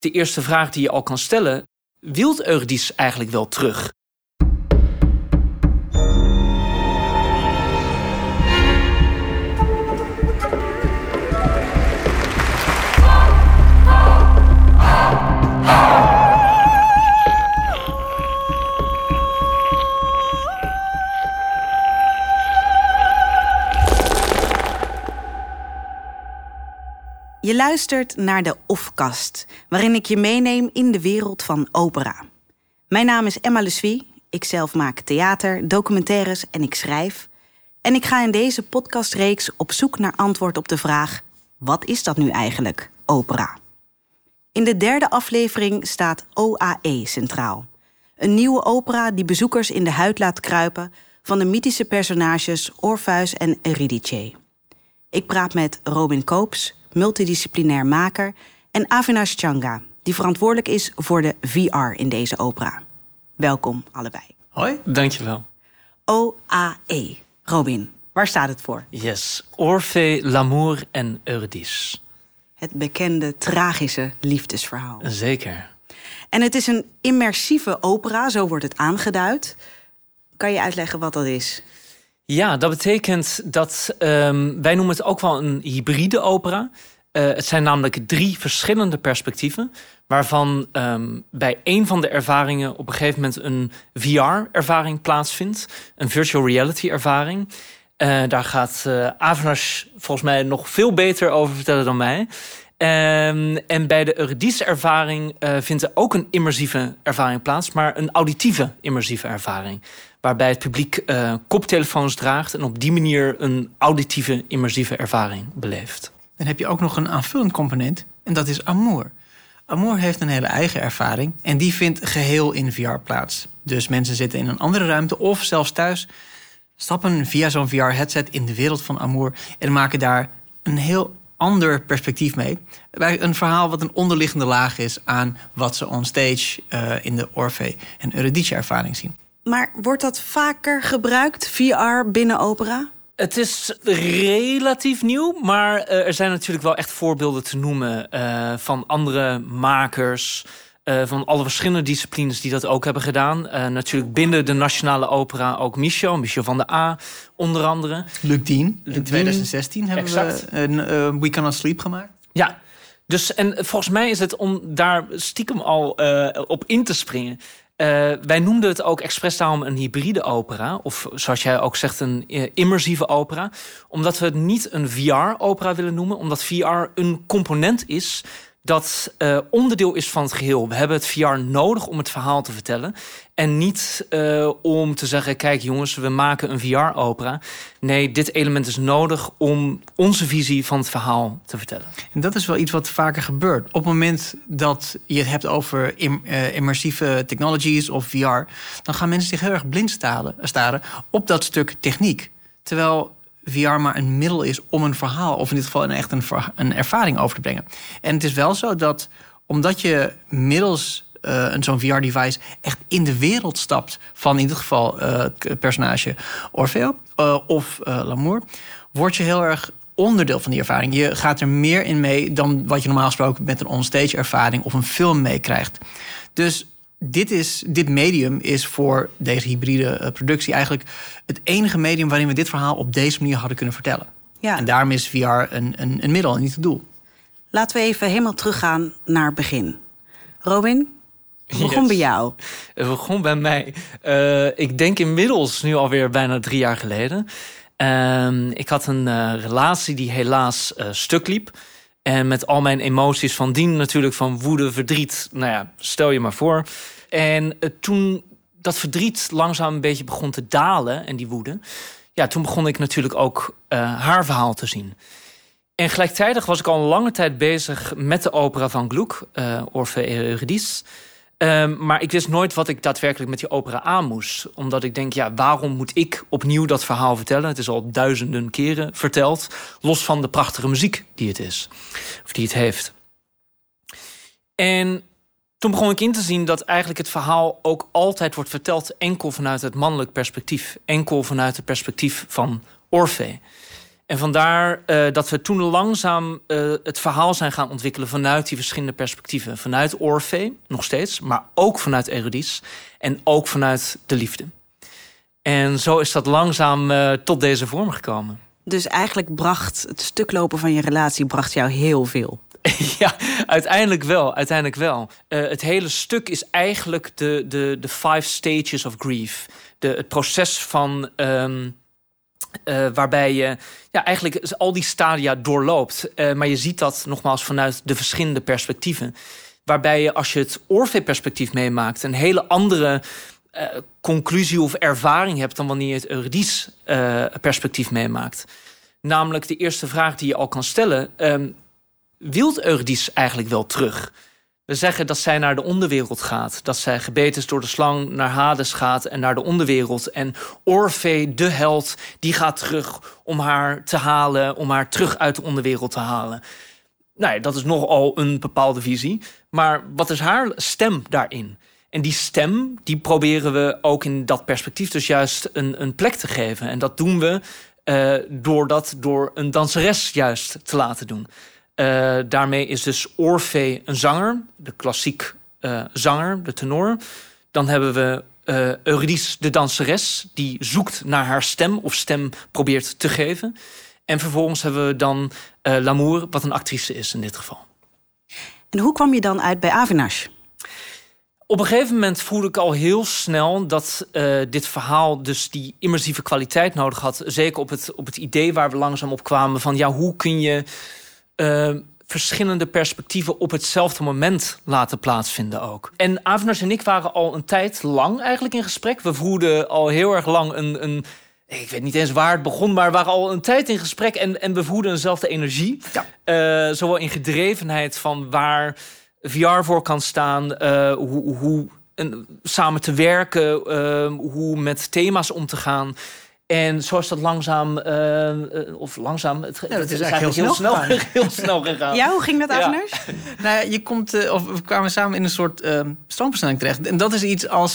De eerste vraag die je al kan stellen: wil Eurydice eigenlijk wel terug? Je luistert naar de Offkast, waarin ik je meeneem in de wereld van opera. Mijn naam is Emma Le Suy. Ik zelf maak theater, documentaires en ik schrijf. En ik ga in deze podcastreeks op zoek naar antwoord op de vraag: wat is dat nu eigenlijk, opera? In de derde aflevering staat OAE centraal. Een nieuwe opera die bezoekers in de huid laat kruipen van de mythische personages Orpheus en Eurydice. Ik praat met Robin Koops, multidisciplinair maker, en Avinash Changa, die verantwoordelijk is voor de VR in deze opera. Welkom allebei. Hoi, dankjewel. OAE. Robin, waar staat het voor? Yes, Orphée, L'Amour en Eurydice. Het bekende tragische liefdesverhaal. Zeker. En het is een immersieve opera, zo wordt het aangeduid. Kan je uitleggen wat dat is? Ja, dat betekent dat wij noemen het ook wel een hybride opera. Het zijn namelijk 3 verschillende perspectieven, waarvan bij één van de ervaringen op een gegeven moment een VR-ervaring plaatsvindt. Een virtual reality-ervaring. Daar gaat Avinash volgens mij nog veel beter over vertellen dan mij. En bij de Eurydice-ervaring vindt er ook een immersieve ervaring plaats, maar een auditieve immersieve ervaring. Waarbij het publiek koptelefoons draagt en op die manier een auditieve immersieve ervaring beleeft. Dan heb je ook nog een aanvullend component en dat is Amour. Amour heeft een hele eigen ervaring en die vindt geheel in VR plaats. Dus mensen zitten in een andere ruimte of zelfs thuis, stappen via zo'n VR-headset in de wereld van Amour en maken daar een heel ander perspectief mee. Bij een verhaal wat een onderliggende laag is aan wat ze onstage in de Orphée en Eurydice-ervaring zien. Maar wordt dat vaker gebruikt, VR binnen opera? Het is relatief nieuw, maar er zijn natuurlijk wel echt voorbeelden te noemen van andere makers, van alle verschillende disciplines die dat ook hebben gedaan. Natuurlijk binnen de Nationale Opera ook Michel van der A, onder andere. Luc Dien, in 2016 hebben exact. we We Cannot Sleep gemaakt. Ja, dus en volgens mij is het om daar stiekem al op in te springen. Wij noemden het ook expres daarom een hybride opera, of zoals jij ook zegt, een immersieve opera. Omdat we het niet een VR-opera willen noemen, omdat VR een component is dat onderdeel is van het geheel. We hebben het VR nodig om het verhaal te vertellen. En niet om te zeggen, kijk jongens, we maken een VR-opera. Nee, dit element is nodig om onze visie van het verhaal te vertellen. En dat is wel iets wat vaker gebeurt. Op het moment dat je het hebt over immersieve technologies of VR, dan gaan mensen zich heel erg blind staren op dat stuk techniek. Terwijl VR maar een middel is om een verhaal, of in dit geval echt een ervaring over te brengen. En het is wel zo dat, omdat je middels zo'n VR-device echt in de wereld stapt van in dit geval het personage Orfeo of L'Amour, word je heel erg onderdeel van die ervaring. Je gaat er meer in mee dan wat je normaal gesproken met een onstage ervaring of een film meekrijgt. Dus dit medium is voor deze hybride productie eigenlijk het enige medium waarin we dit verhaal op deze manier hadden kunnen vertellen. Ja. En daarom is VR een middel en niet het doel. Laten we even helemaal teruggaan naar het begin. Robin, het begon bij jou. Het begon bij mij. Ik denk inmiddels nu alweer bijna 3 jaar geleden. Ik had een relatie die helaas stuk liep. En met al mijn emoties van dien natuurlijk, van woede, verdriet. Nou ja, stel je maar voor. En toen dat verdriet langzaam een beetje begon te dalen en die woede, ja, toen begon ik natuurlijk ook haar verhaal te zien. En gelijktijdig was ik al een lange tijd bezig met de opera van Gluck, Orphée et Eurydice. Maar ik wist nooit wat ik daadwerkelijk met die opera aan moest. Omdat ik denk, ja, waarom moet ik opnieuw dat verhaal vertellen? Het is al duizenden keren verteld. Los van de prachtige muziek die het is. Of die het heeft. En toen begon ik in te zien dat eigenlijk het verhaal ook altijd wordt verteld enkel vanuit het mannelijk perspectief. Enkel vanuit het perspectief van Orphée. En vandaar dat we toen langzaam het verhaal zijn gaan ontwikkelen vanuit die verschillende perspectieven. Vanuit Orfee, nog steeds, maar ook vanuit Eurydice en ook vanuit de liefde. En zo is dat langzaam tot deze vorm gekomen. Dus eigenlijk bracht het stuklopen van je relatie bracht jou heel veel. Ja, uiteindelijk wel. Het hele stuk is eigenlijk de 5 stages of grief. Het proces van waarbij je eigenlijk al die stadia doorloopt. Maar je ziet dat nogmaals vanuit de verschillende perspectieven. Waarbij je, als je het Orfee-perspectief meemaakt, een hele andere conclusie of ervaring hebt dan wanneer je het Eurydice-perspectief meemaakt. Namelijk de eerste vraag die je al kan stellen: wil Eurydice eigenlijk wel terug? We zeggen dat zij naar de onderwereld gaat. Dat zij gebeten is door de slang, naar Hades gaat en naar de onderwereld. En Orfee, de held, die gaat terug om haar te halen, om haar terug uit de onderwereld te halen. Nou ja, dat is nogal een bepaalde visie. Maar wat is haar stem daarin? En die stem, die proberen we ook in dat perspectief dus juist een plek te geven. En dat doen we door dat door een danseres juist te laten doen. Daarmee is dus Orfee een zanger, de klassiek zanger, de tenor. Dan hebben we Eurydice, de danseres, die zoekt naar haar stem of stem probeert te geven. En vervolgens hebben we dan L'amour, wat een actrice is in dit geval. En hoe kwam je dan uit bij Avinash? Op een gegeven moment voelde ik al heel snel dat dit verhaal dus die immersieve kwaliteit nodig had. Zeker op het idee waar we langzaam op kwamen van hoe kun je verschillende perspectieven op hetzelfde moment laten plaatsvinden ook. En Avinash en ik waren al een tijd lang eigenlijk in gesprek. We voerden al heel erg lang een ik weet niet eens waar het begon, maar we waren al een tijd in gesprek en we voerden eenzelfde energie. Ja. Zowel in gedrevenheid van waar VR voor kan staan, hoe samen te werken, hoe met thema's om te gaan. En zo is dat langzaam, het is eigenlijk heel snel gegaan. Ja, hoe ging dat, Avinash? Nou ja, we kwamen samen in een soort stroomversnelling terecht. En dat is iets als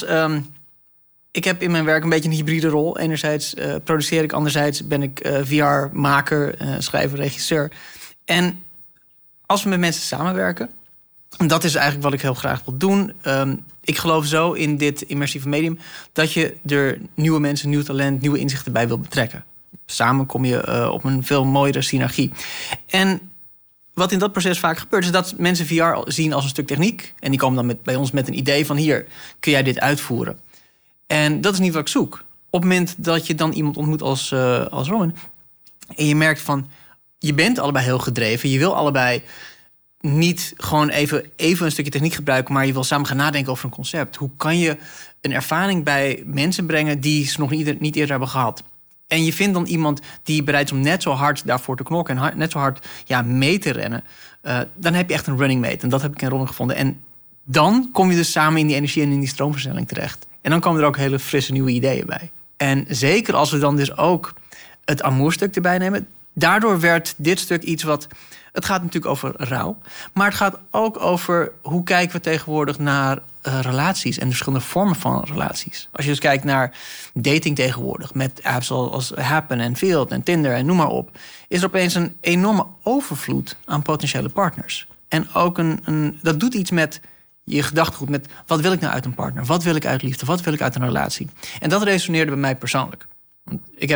ik heb in mijn werk een beetje een hybride rol. Enerzijds produceer ik, anderzijds ben ik VR-maker, schrijver, regisseur. En als we met mensen samenwerken, en dat is eigenlijk wat ik heel graag wil doen. Ik geloof zo in dit immersieve medium dat je er nieuwe mensen, nieuw talent, nieuwe inzichten bij wil betrekken. Samen kom je op een veel mooiere synergie. En wat in dat proces vaak gebeurt, is dat mensen VR zien als een stuk techniek. En die komen dan bij ons met een idee van: hier, kun jij dit uitvoeren? En dat is niet wat ik zoek. Op het moment dat je dan iemand ontmoet als Robin, en je merkt van, je bent allebei heel gedreven. Je wil allebei niet gewoon even een stukje techniek gebruiken, maar je wil samen gaan nadenken over een concept. Hoe kan je een ervaring bij mensen brengen die ze nog niet eerder hebben gehad? En je vindt dan iemand die bereid is om net zo hard daarvoor te knokken en net zo hard mee te rennen. Dan heb je echt een running mate. En dat heb ik in Robin gevonden. En dan kom je dus samen in die energie en in die stroomversnelling terecht. En dan komen er ook hele frisse nieuwe ideeën bij. En zeker als we dan dus ook het amourstuk erbij nemen, daardoor werd dit stuk iets wat... Het gaat natuurlijk over rouw, maar het gaat ook over hoe kijken we tegenwoordig naar relaties en de verschillende vormen van relaties. Als je dus kijkt naar dating tegenwoordig, met apps als Happen en Field en Tinder en noem maar op, is er opeens een enorme overvloed aan potentiële partners. En ook dat doet iets met je gedachtegoed, met wat wil ik nou uit een partner? Wat wil ik uit liefde? Wat wil ik uit een relatie? En dat resoneerde bij mij persoonlijk. Ik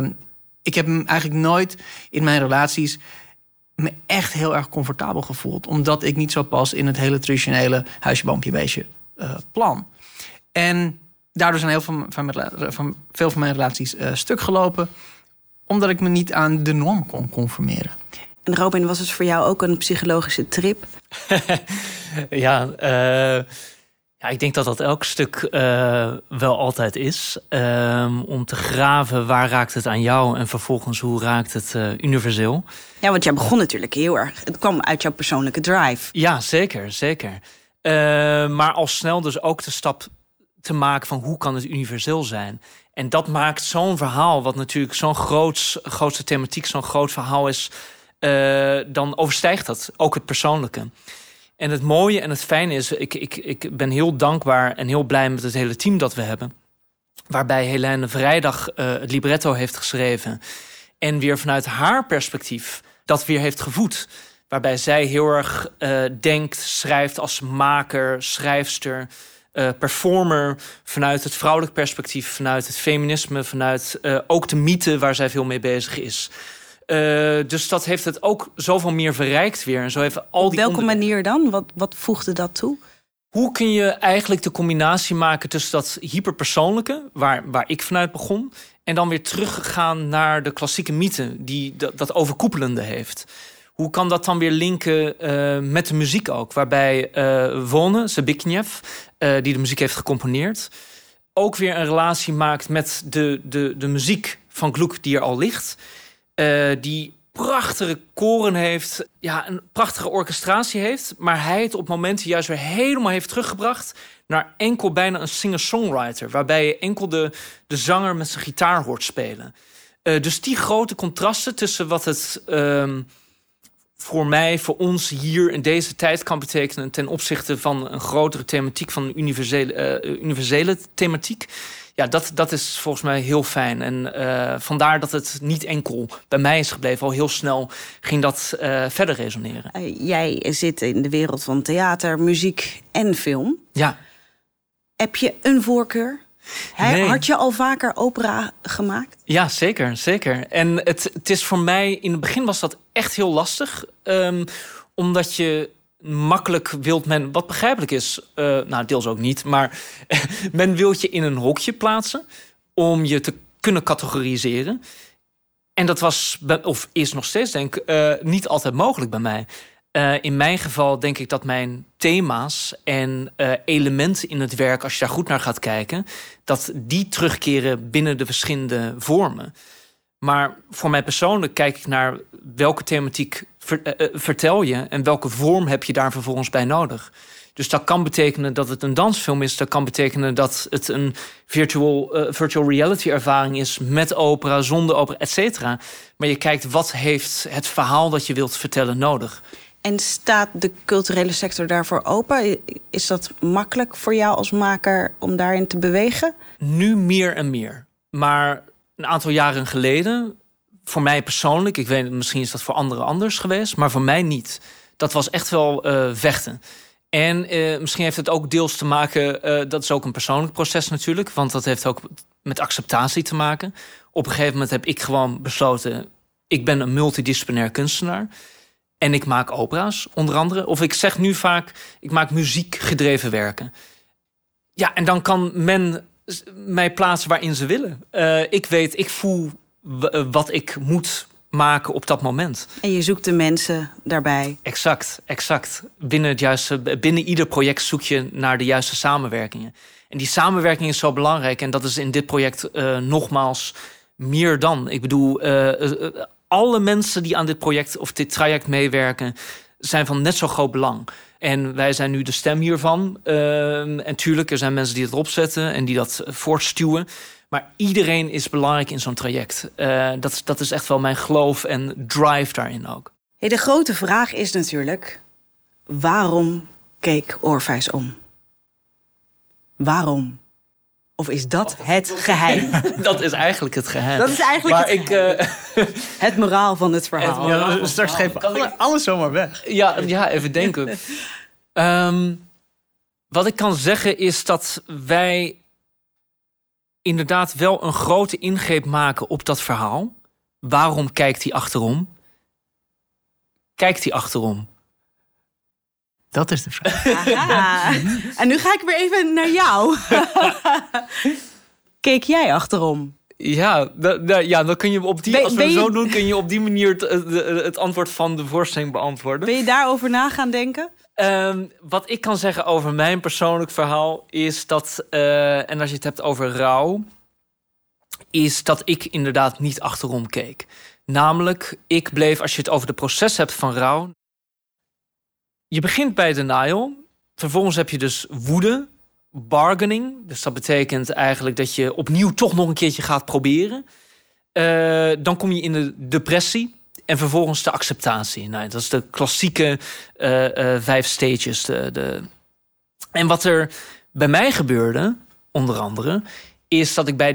heb hem eigenlijk nooit in mijn relaties me echt heel erg comfortabel gevoeld. Omdat ik niet zo pas in het hele traditionele huisje, boompje, beestje plan. En daardoor zijn veel van mijn relaties stuk gelopen, omdat ik me niet aan de norm kon conformeren. En Robin, was het voor jou ook een psychologische trip? Ik denk dat elk stuk wel altijd is. Om te graven, waar raakt het aan jou en vervolgens hoe raakt het universeel. Ja, want jij begon natuurlijk heel erg. Het kwam uit jouw persoonlijke drive. Ja, zeker. Maar al snel dus ook de stap te maken van hoe kan het universeel zijn. En dat maakt zo'n verhaal, wat natuurlijk zo'n grootste thematiek, zo'n groot verhaal is, dan overstijgt dat ook het persoonlijke. En het mooie en het fijne is, ik ben heel dankbaar en heel blij met het hele team dat we hebben. Waarbij Helene vrijdag het libretto heeft geschreven. En weer vanuit haar perspectief dat weer heeft gevoed. Waarbij zij heel erg denkt, schrijft als maker, schrijfster, performer. Vanuit het vrouwelijk perspectief, vanuit het feminisme, vanuit ook de mythe waar zij veel mee bezig is. Dus dat heeft het ook zoveel meer verrijkt weer. En zo heeft al die Op welke manier dan? Wat voegde dat toe? Hoe kun je eigenlijk de combinatie maken tussen dat hyperpersoonlijke, waar ik vanuit begon, en dan weer teruggaan naar de klassieke mythe die dat overkoepelende heeft? Hoe kan dat dan weer linken met de muziek ook? Waarbij Wone Zbigniew, die de muziek heeft gecomponeerd, ook weer een relatie maakt met de muziek van Gluck die er al ligt. Die prachtige koren heeft, een prachtige orchestratie heeft, maar hij het op momenten juist weer helemaal heeft teruggebracht naar enkel bijna een singer-songwriter, waarbij je enkel de zanger met zijn gitaar hoort spelen. Dus die grote contrasten tussen wat het voor mij, voor ons hier in deze tijd kan betekenen ten opzichte van een grotere thematiek, van een universele thematiek. Ja, dat is volgens mij heel fijn. En vandaar dat het niet enkel bij mij is gebleven. Al heel snel ging dat verder resoneren. Jij zit in de wereld van theater, muziek en film. Ja. Heb je een voorkeur? Nee. Had je al vaker opera gemaakt? Ja, zeker, zeker. En het is voor mij, in het begin was dat echt heel lastig. Omdat je makkelijk wilt men, wat begrijpelijk is, deels ook niet, maar men wil je in een hokje plaatsen om je te kunnen categoriseren. En dat was, of is nog steeds denk ik, niet altijd mogelijk bij mij. In mijn geval denk ik dat mijn thema's en elementen in het werk, als je daar goed naar gaat kijken, dat die terugkeren binnen de verschillende vormen. Maar voor mij persoonlijk kijk ik naar welke thematiek vertel je en welke vorm heb je daar vervolgens bij nodig. Dus dat kan betekenen dat het een dansfilm is. Dat kan betekenen dat het een virtual reality ervaring is met opera, zonder opera, et cetera. Maar je kijkt wat heeft het verhaal dat je wilt vertellen nodig. En staat de culturele sector daarvoor open? Is dat makkelijk voor jou als maker om daarin te bewegen? Nu meer en meer. Maar een aantal jaren geleden, voor mij persoonlijk, ik weet, misschien is dat voor anderen anders geweest, maar voor mij niet. Dat was echt wel vechten. En misschien heeft het ook deels te maken, dat is ook een persoonlijk proces natuurlijk, want dat heeft ook met acceptatie te maken. Op een gegeven moment heb ik gewoon besloten, ik ben een multidisciplinair kunstenaar en ik maak opera's, onder andere. Of ik zeg nu vaak, ik maak muziekgedreven werken. Ja, en dan kan men mij plaatsen waarin ze willen. Ik voel wat ik moet maken op dat moment. En je zoekt de mensen daarbij. Exact. Binnen ieder project zoek je naar de juiste samenwerkingen. En die samenwerking is zo belangrijk. En dat is in dit project nogmaals meer dan. Ik bedoel, alle mensen die aan dit project of dit traject meewerken zijn van net zo groot belang. En wij zijn nu de stem hiervan. En tuurlijk, er zijn mensen die het erop zetten en die dat voortstuwen. Maar iedereen is belangrijk in zo'n traject. Dat is echt wel mijn geloof en drive daarin ook. Hey, de grote vraag is natuurlijk, waarom keek Orpheus om? Waarom? Of is dat het geheim? Dat is eigenlijk het geheim. Dat is eigenlijk het moraal van het verhaal. Straks geven alles zomaar weg. Ja, even denken. Wat ik kan zeggen is dat wij inderdaad wel een grote ingreep maken op dat verhaal. Waarom kijkt hij achterom? Kijkt hij achterom? Dat is de vraag. Aha. En nu ga ik weer even naar jou. Keek jij achterom? Ja, dan kun je op die, als we het zo doen, kun je op die manier het antwoord van de voorstelling beantwoorden. Ben je daarover na gaan denken? Wat ik kan zeggen over mijn persoonlijk verhaal is dat, en als je het hebt over rouw, is dat ik inderdaad niet achterom keek. Namelijk, ik bleef, als je het over de proces hebt van rouw, je begint bij denial, vervolgens heb je dus woede, bargaining, dus dat betekent eigenlijk dat je opnieuw toch nog een keertje gaat proberen. Dan kom je in de depressie. En vervolgens de acceptatie. Nou, dat is de klassieke 5 stages. En wat er bij mij gebeurde, onder andere, is dat ik bij die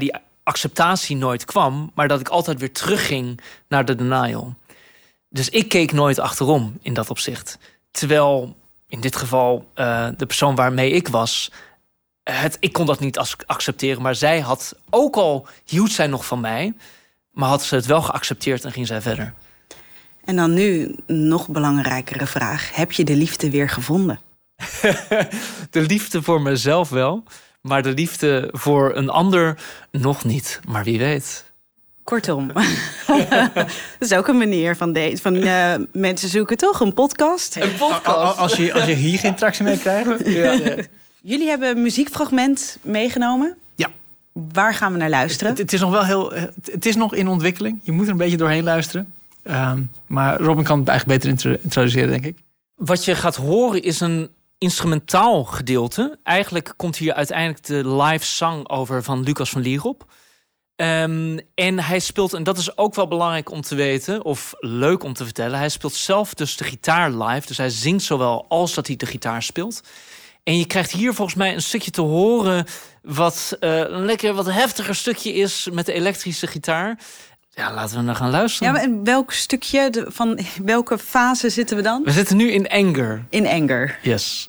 acceptatie nooit kwam, maar dat ik altijd weer terugging naar de denial. Dus ik keek nooit achterom in dat opzicht. Terwijl in dit geval de persoon waarmee ik was, ik kon dat niet accepteren, maar zij had, ook al hield zij nog van mij, maar had ze het wel geaccepteerd en ging zij verder. En dan nu een nog belangrijkere vraag. Heb je de liefde weer gevonden? De liefde voor mezelf wel, maar de liefde voor een ander nog niet. Maar wie weet. Kortom, dat is ook een manier van mensen zoeken toch? Een podcast? Een podcast. Als je hier geen tractie mee krijgt. Ja. Jullie hebben een muziekfragment meegenomen. Ja. Waar gaan we naar luisteren? Het is nog wel het is nog in ontwikkeling. Je moet er een beetje doorheen luisteren. Maar Robin kan het eigenlijk beter introduceren, denk ik. Wat je gaat horen is een instrumentaal gedeelte. Eigenlijk komt hier uiteindelijk de live zang over van Lucas van Lierop. En hij speelt, en dat is ook wel belangrijk om te weten, of leuk om te vertellen, hij speelt zelf dus de gitaar live. Dus hij zingt zowel als dat hij de gitaar speelt. En je krijgt hier volgens mij een stukje te horen wat een lekker wat heftiger stukje is met de elektrische gitaar. Ja, laten we naar gaan luisteren. Ja, maar in welk stukje, van welke fase zitten we dan? We zitten nu in Anger. In Anger. Yes.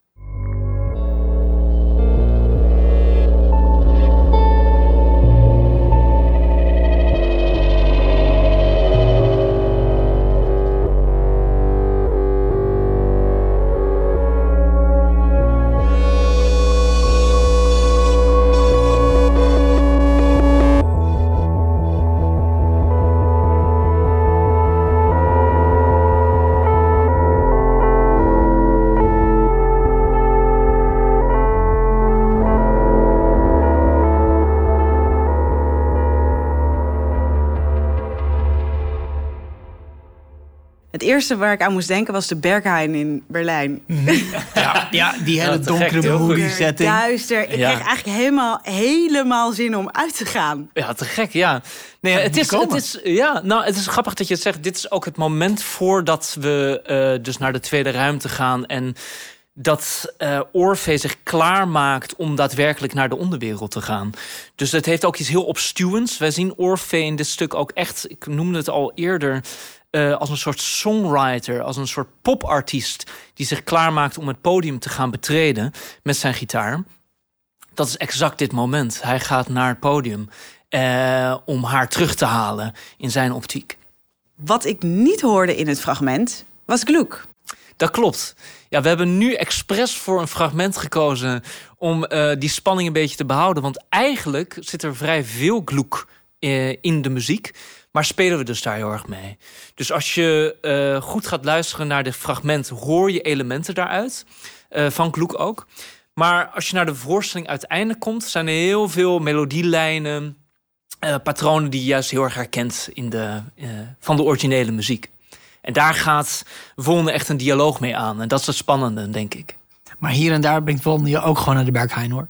Het eerste waar ik aan moest denken was de Berghain in Berlijn. Ja, die hele donkere moody setting. Duister. Ik kreeg eigenlijk helemaal zin om uit te gaan. Ja, te gek, ja. Nee, het is grappig dat je het zegt. Dit is ook het moment voordat we dus naar de tweede ruimte gaan en dat Orfee zich klaarmaakt om daadwerkelijk naar de onderwereld te gaan. Dus het heeft ook iets heel opstuwends. Wij zien Orfee in dit stuk ook echt, ik noemde het al eerder, als een soort songwriter, als een soort popartiest die zich klaarmaakt om het podium te gaan betreden met zijn gitaar. Dat is exact dit moment. Hij gaat naar het podium om haar terug te halen in zijn optiek. Wat ik niet hoorde in het fragment was Gluck. Dat klopt. Ja, we hebben nu expres voor een fragment gekozen om die spanning een beetje te behouden. Want eigenlijk zit er vrij veel Gluck in de muziek. Maar spelen we dus daar heel erg mee. Dus als je goed gaat luisteren naar dit fragment, hoor je elementen daaruit. Van Gluck ook. Maar als je naar de voorstelling uiteindelijk komt, zijn er heel veel melodielijnen, patronen die je juist heel erg herkent van de originele muziek. En daar gaat Volne echt een dialoog mee aan. En dat is het spannende, denk ik. Maar hier en daar brengt Volne je ook gewoon naar de Berghain, hoor.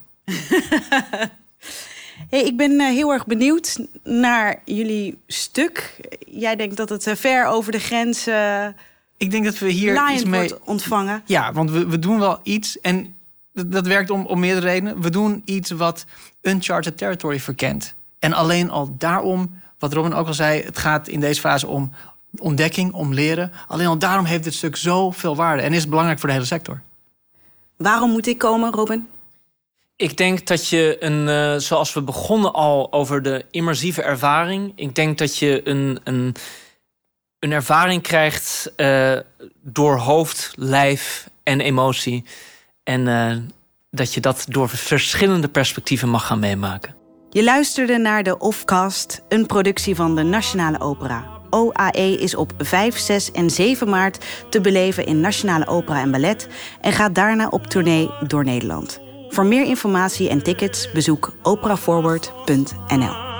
Hey, ik ben heel erg benieuwd naar jullie stuk. Jij denkt dat het ver over de grens ik denk dat we hier iets mee wordt ontvangen. Ja, want we doen wel iets. En dat werkt om meerdere redenen. We doen iets wat uncharted territory verkent. En alleen al daarom, wat Robin ook al zei, het gaat in deze fase om ontdekking, om leren. Alleen al daarom heeft dit stuk zoveel waarde en is het belangrijk voor de hele sector. Waarom moet ik komen, Robin? Ik denk dat je zoals we begonnen al over de immersieve ervaring. Ik denk dat je een ervaring krijgt door hoofd, lijf en emotie. En dat je dat door verschillende perspectieven mag gaan meemaken. Je luisterde naar de Offcast, een productie van de Nationale Opera. OAE is op 5, 6 en 7 maart te beleven in Nationale Opera en Ballet en gaat daarna op tournee door Nederland. Voor meer informatie en tickets bezoek operaforward.nl.